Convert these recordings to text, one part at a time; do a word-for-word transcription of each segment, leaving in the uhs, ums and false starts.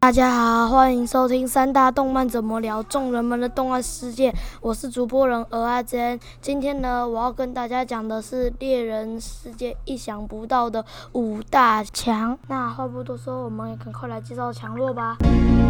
大家好，欢迎收听三大动漫怎么聊，众人们的动漫世界。我是主播人鹅阿珍。今天呢，我要跟大家讲的是猎人世界意想不到的五大强。那话不多说，我们也赶快来介绍强弱吧。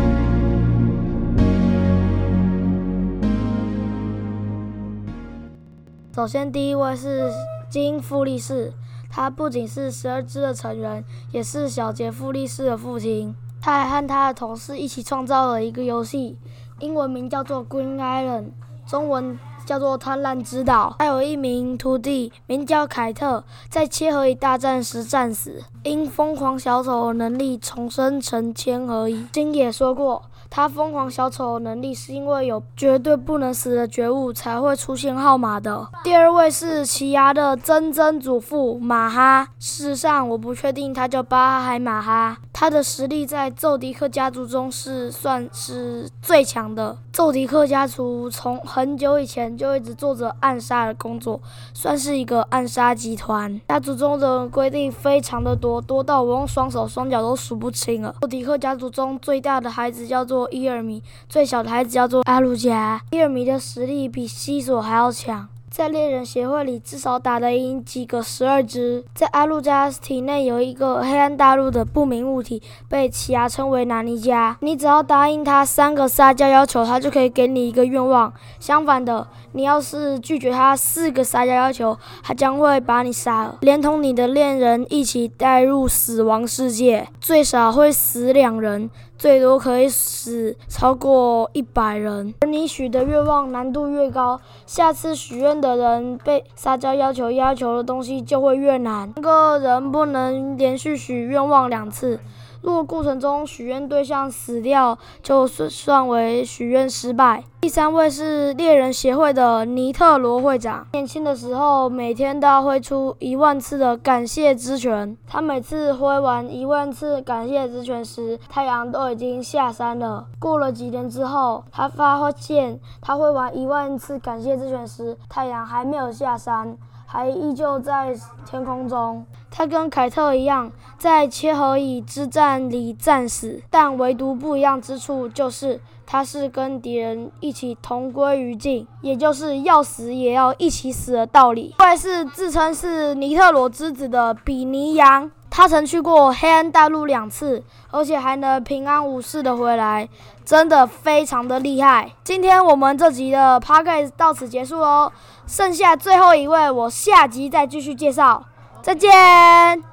首先，第一位是金富力士，他不仅是十二支的成员，也是小杰富力士的父亲。他还和他的同事一起创造了一个游戏，英文名叫做 Green Island， 中文叫做贪婪之岛。还有一名徒弟名叫凯特，在切合蚁大战时战死，因疯狂小丑的能力重生成千合蚁。星野说过，他疯狂小丑的能力是因为有绝对不能死的觉悟才会出现号码的。第二位是奇亚的曾曾祖父马哈，事实上我不确定他叫巴哈还马哈。他的实力在奏迪克家族中是算是最强的。奏迪克家族从很久以前就一直做着暗杀的工作，算是一个暗杀集团。家族中的规定非常的多，多到我用双手双脚都数不清了。奏迪克家族中最大的孩子叫做伊尔米，最小的孩子叫做阿鲁加。伊尔米的实力比西索还要强，在猎人协会里至少打得赢几个十二只。在阿鲁加体内有一个黑暗大陆的不明物体，被奇亚称为纳尼加。你只要答应他三个撒娇要求，他就可以给你一个愿望。相反的，你要是拒绝他四个撒娇要求，他将会把你杀了，连同你的恋人一起带入死亡世界。最少会死两人，最多可以死超过一百人。而你许的愿望难度越高，下次许愿的人被撒娇要求要求的东西就会越难。一个人不能连续许愿望两次，如果过程中许愿对象死掉，就算为许愿失败。第三位是猎人协会的尼特罗会长，年轻的时候每天都要挥出一万次的感谢之拳。他每次挥完一万次感谢之拳时，太阳都已经下山了。过了几年之后，他发现他挥完一万次感谢之拳时，太阳还没有下山，还依旧在天空中。他跟凯特一样，在切合蚁之战里战死，但唯独不一样之处就是他是跟敌人一起同归于尽，也就是要死也要一起死的道理。另外是自称是尼特罗之子的比尼扬，他曾去过黑暗大陆两次，而且还能平安无事的回来，真的非常的厉害。今天我们这集的 podcast 到此结束哦，剩下最后一位我下集再继续介绍。再见。